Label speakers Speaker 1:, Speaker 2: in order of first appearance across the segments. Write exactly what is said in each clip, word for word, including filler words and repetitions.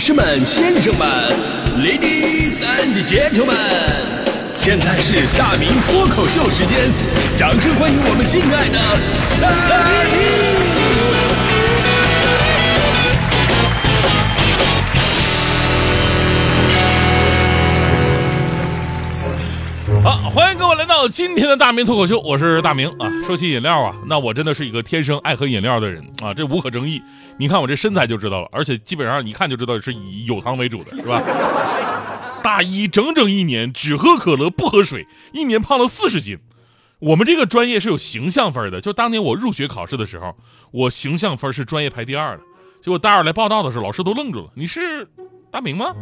Speaker 1: 士们、先生们 ，Ladies and Gentlemen， 现在是大明脱口秀时间，掌声欢迎我们敬爱的大明！
Speaker 2: 好，欢迎各位来到今天的大明脱口秀，我是大明啊。说起饮料啊，那我真的是一个天生爱喝饮料的人啊，这无可争议。你看我这身材就知道了，而且基本上一看就知道是以有糖为主的，是吧？大一整整一年只喝可乐不喝水，一年胖了四十斤。我们这个专业是有形象分的，就当年我入学考试的时候，我形象分是专业排第二的。结果大二来报道的时候，老师都愣住了，你是大明吗？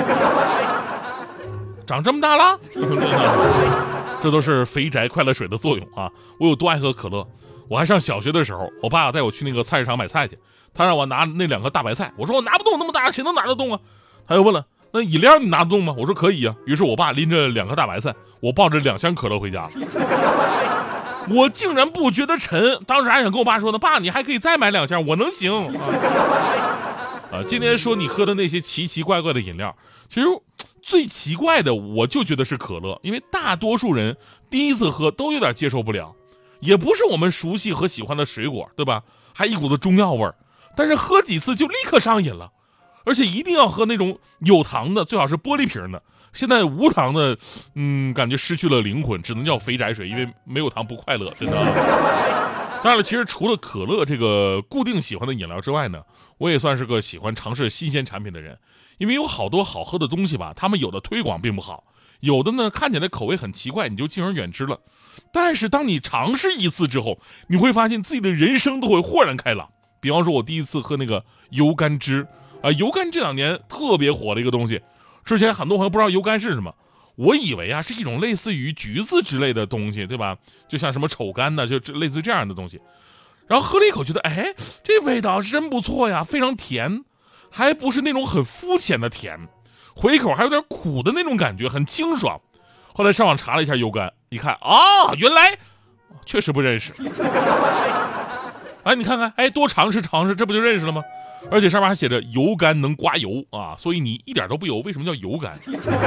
Speaker 2: 长这么大了，这都是肥宅快乐水的作用啊！我有多爱喝可乐？我还上小学的时候，我爸带我去那个菜市场买菜去，他让我拿那两颗大白菜，我说我拿不动那么大，谁能拿得动啊？他又问了，那饮料你拿得动吗？我说可以啊。于是我爸拎着两颗大白菜，我抱着两箱可乐回家。我竟然不觉得沉，当时还想跟我爸说呢，爸，你还可以再买两箱，我能行啊！啊，今天说你喝的那些奇奇怪怪的饮料，其实最奇怪的，我就觉得是可乐，因为大多数人第一次喝都有点接受不了，也不是我们熟悉和喜欢的水果，对吧？还一股子中药味儿，但是喝几次就立刻上瘾了，而且一定要喝那种有糖的，最好是玻璃瓶的。现在无糖的，嗯，感觉失去了灵魂，只能叫肥宅水，因为没有糖不快乐，真的。当然了，其实除了可乐这个固定喜欢的饮料之外呢，我也算是个喜欢尝试新鲜产品的人。因为有好多好喝的东西吧，他们有的推广并不好，有的呢看起来口味很奇怪，你就敬而远之了。但是当你尝试一次之后，你会发现自己的人生都会豁然开朗。比方说我第一次喝那个油甘汁啊，油甘这两年特别火的一个东西，之前很多朋友不知道油甘是什么，我以为啊是一种类似于橘子之类的东西，对吧？就像什么丑柑呢，就类似于这样的东西。然后喝了一口，觉得哎，这味道真不错呀，非常甜。还不是那种很肤浅的甜，回口还有点苦的那种感觉，很清爽。后来上网查了一下油甘，一看啊，原来确实不认识。哎，你看看，哎，多尝试尝试，这不就认识了吗？而且上面还写着油甘能刮油啊，所以你一点都不油，为什么叫油甘？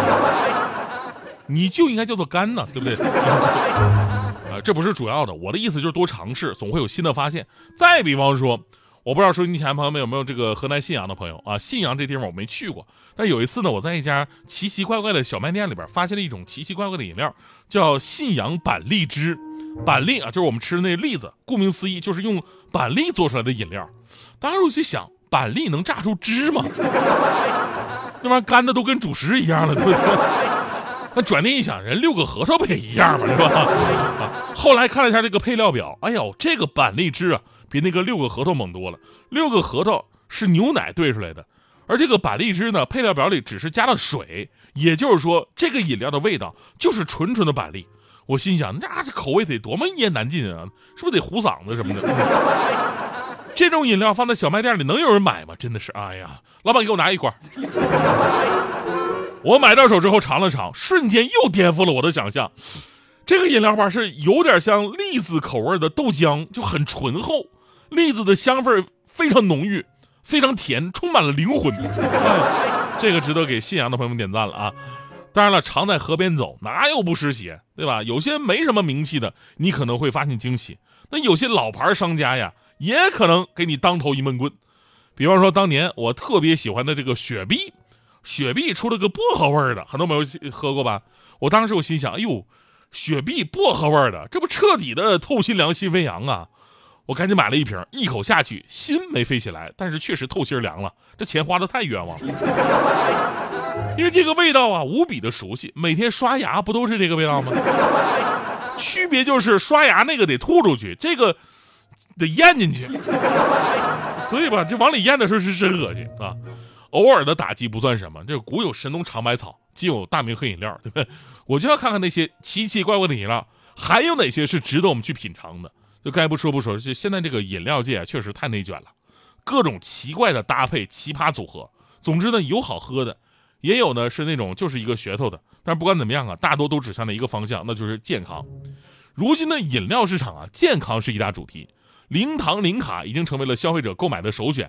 Speaker 2: 你就应该叫做甘呢，对不对？啊，这不是主要的，我的意思就是多尝试，总会有新的发现。再比方说，我不知道收音机前朋友们有没有这个河南信阳的朋友啊？信阳这地方我没去过，但有一次呢，我在一家奇奇怪怪的小卖店里边发现了一种奇奇怪怪的饮料，叫信阳板栗汁。板栗啊，就是我们吃的那栗子，顾名思义就是用板栗做出来的饮料。当时我就想，板栗能榨出汁吗？那玩意儿干的都跟主食一样了，对不对？那转念一想，人六个核桃不也一样吗？是吧？啊，后来看了一下这个配料表，哎呦，这个板栗汁啊，比那个六个核桃猛多了。六个核桃是牛奶兑出来的，而这个板栗汁呢，配料表里只是加了水，也就是说，这个饮料的味道就是纯纯的板栗。我心想，那这口味得多么一言难尽啊，是不是得糊嗓子什么的？这种饮料放在小卖店里能有人买吗？真的是，哎呀，老板给我拿一罐。我买到手之后尝了尝，瞬间又颠覆了我的想象。这个饮料吧是有点像栗子口味的豆浆，就很醇厚，栗子的香味非常浓郁，非常甜，充满了灵魂。哎，这个值得给信阳的朋友们点赞了啊！当然了，常在河边走，哪有不湿鞋，对吧？有些没什么名气的，你可能会发现惊喜；那有些老牌商家呀，也可能给你当头一闷棍。比方说，当年我特别喜欢的这个雪碧。雪碧出了个薄荷味的，很多朋友喝过吧？我当时我心想，哎呦，雪碧薄荷味的，这不彻底的透心凉心飞扬啊！我赶紧买了一瓶，一口下去，心没飞起来，但是确实透心凉了。这钱花的太冤枉了，因为这个味道啊无比的熟悉，每天刷牙不都是这个味道吗？区别就是刷牙那个得吐出去，这个得咽进去，所以吧，这往里咽的时候是真恶心啊！偶尔的打击不算什么，这古有神农尝百草，今有大明喝饮料，对不对？我就要看看那些奇奇怪怪的饮料，还有哪些是值得我们去品尝的。就该不说不说，就现在这个饮料界确实太内卷了，各种奇怪的搭配，奇葩组合。总之呢，有好喝的，也有呢是那种就是一个噱头的。但是不管怎么样啊，大多都指向了一个方向，那就是健康。如今的饮料市场啊，健康是一大主题，零糖零卡已经成为了消费者购买的首选。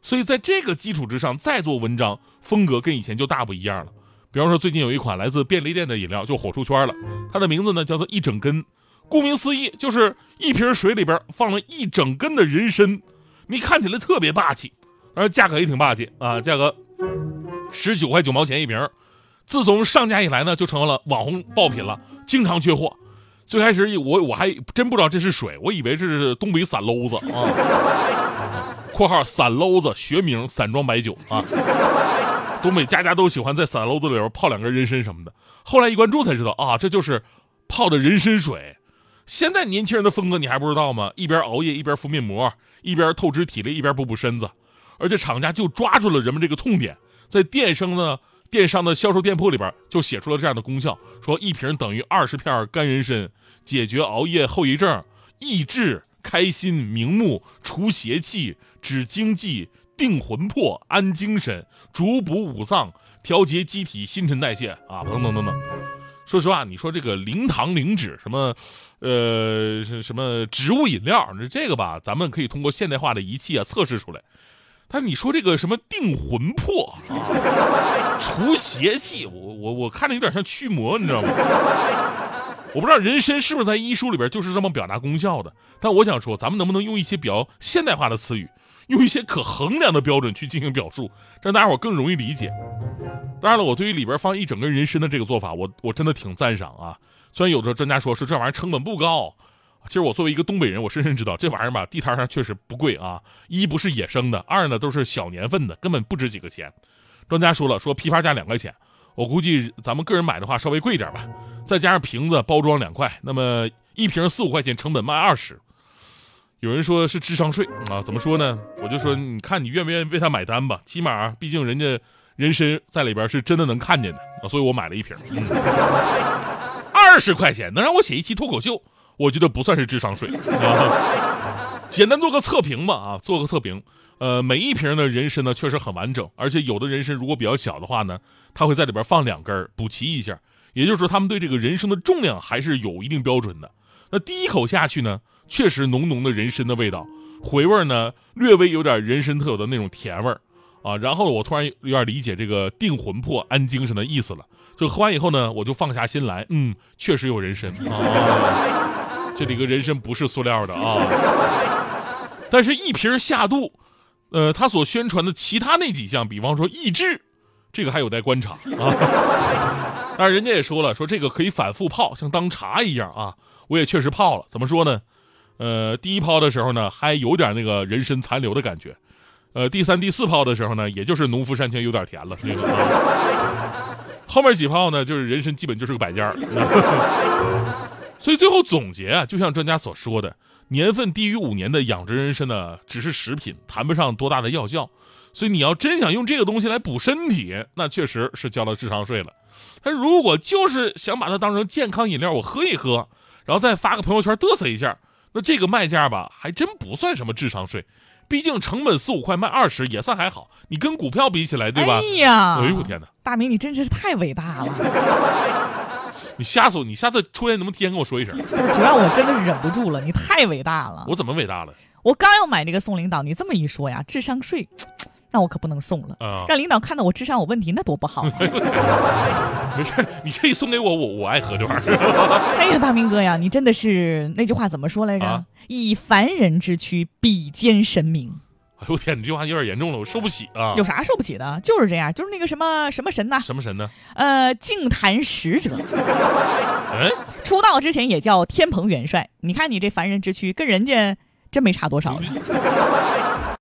Speaker 2: 所以在这个基础之上再做文章，风格跟以前就大不一样了。比方说最近有一款来自便利店的饮料就火出圈了，它的名字呢叫做一整根，顾名思义就是一瓶水里边放了一整根的人参，你看起来特别霸气，而价格也挺霸气啊，价格十九块九毛钱一瓶。自从上架以来呢，就成为了网红爆品了，经常缺货。最开始我我还真不知道这是水，我以为这是东北散篓子啊。括号散篓子学名散装白酒啊。东北家家都喜欢在散篓子里边泡两根人参什么的。后来一关注才知道啊，这就是泡的人参水。现在年轻人的风格你还不知道吗？一边熬夜一边敷面膜，一边透支体力一边补补身子。而且厂家就抓住了人们这个痛点，在电商呢电商的销售店铺里边就写出了这样的功效，说一瓶等于二十片干人参，解决熬夜后遗症，益智、开心、明目、除邪气、止经济、定魂魄、安精神、逐补五脏、调节机体新陈代谢啊，等等等等。说实话，你说这个零糖零脂什么，呃，什么植物饮料，这个吧，咱们可以通过现代化的仪器啊测试出来。但你说这个什么定魂魄啊，除邪气，我我我看着有点像驱魔，你知道吗？我不知道人参是不是在医书里边就是这么表达功效的，但我想说，咱们能不能用一些比较现代化的词语，用一些可衡量的标准去进行表述，让大家伙更容易理解。当然了，我对于里边放一整根人参的这个做法，我我真的挺赞赏啊。虽然有的专家说是这玩意儿成本不高，其实我作为一个东北人，我深深知道这玩意儿吧，地摊上确实不贵啊。一不是野生的，二呢都是小年份的，根本不值几个钱。专家说了，说批发价两块钱，我估计咱们个人买的话稍微贵一点吧，再加上瓶子包装两块，那么一瓶四五块钱，成本卖二十。有人说是智商税啊，怎么说呢？我就说你看你愿不愿意为他买单吧，起码毕竟人家人参在里边是真的能看见的啊，所以我买了一瓶。二十块钱能让我写一期脱口秀，我觉得不算是智商税啊。简单做个测评吧啊，做个测评。呃，每一瓶的人参呢确实很完整，而且有的人参如果比较小的话呢，它会在里边放两根补齐一下，也就是说他们对这个人参的重量还是有一定标准的。那第一口下去呢，确实浓浓的人参的味道，回味呢略微有点人参特有的那种甜味儿啊。然后我突然有点理解这个定魂魄安精神的意思了，就喝完以后呢，我就放下心来，嗯，确实有人参啊，这里个人参不是塑料的啊。但是一瓶下肚，呃，他所宣传的其他那几项，比方说益智，这个还有待观察啊。当然人家也说了，说这个可以反复泡，像当茶一样啊。我也确实泡了，怎么说呢？呃，第一泡的时候呢，还有点那个人参残留的感觉。呃，第三、第四泡的时候呢，也就是农夫山泉有点甜了。这个啊、后面几泡呢，就是人参基本就是个摆件儿。所以最后总结啊，就像专家所说的，年份低于五年的养殖人参呢，只是食品，谈不上多大的药效。所以你要真想用这个东西来补身体，那确实是交了智商税了。但如果就是想把它当成健康饮料，我喝一喝，然后再发个朋友圈嘚瑟一下，那这个卖价吧，还真不算什么智商税。毕竟成本四五块卖二十也算还好，你跟股票比起来，对吧？
Speaker 3: 哎呀，
Speaker 2: 哎呦我天哪，
Speaker 3: 大明你真是太伟大了！
Speaker 2: 你吓死我！你下次出现能不能提前跟我说一声？
Speaker 3: 不是，主要我真的是忍不住了，你太伟大了！
Speaker 2: 我怎么伟大了？
Speaker 3: 我刚要买这个送领导，你这么一说呀，智商税，那我可不能送了，
Speaker 2: 啊、
Speaker 3: 让领导看到我智商有问题，那多不好、啊。
Speaker 2: 没事，你可以送给我，我我爱喝这玩意儿。
Speaker 3: 哎呀，大明哥呀，你真的是那句话怎么说来着？啊、以凡人之躯比肩神明。
Speaker 2: 哎呦天，你这句话有点严重了，我受不起啊！
Speaker 3: 有啥受不起的？就是这样，就是那个什么什么神呐？
Speaker 2: 什么神呢？
Speaker 3: 呃，净坛使者。
Speaker 2: 哎，
Speaker 3: 出道之前也叫天蓬元帅。你看你这凡人之躯，跟人家真没差多少了。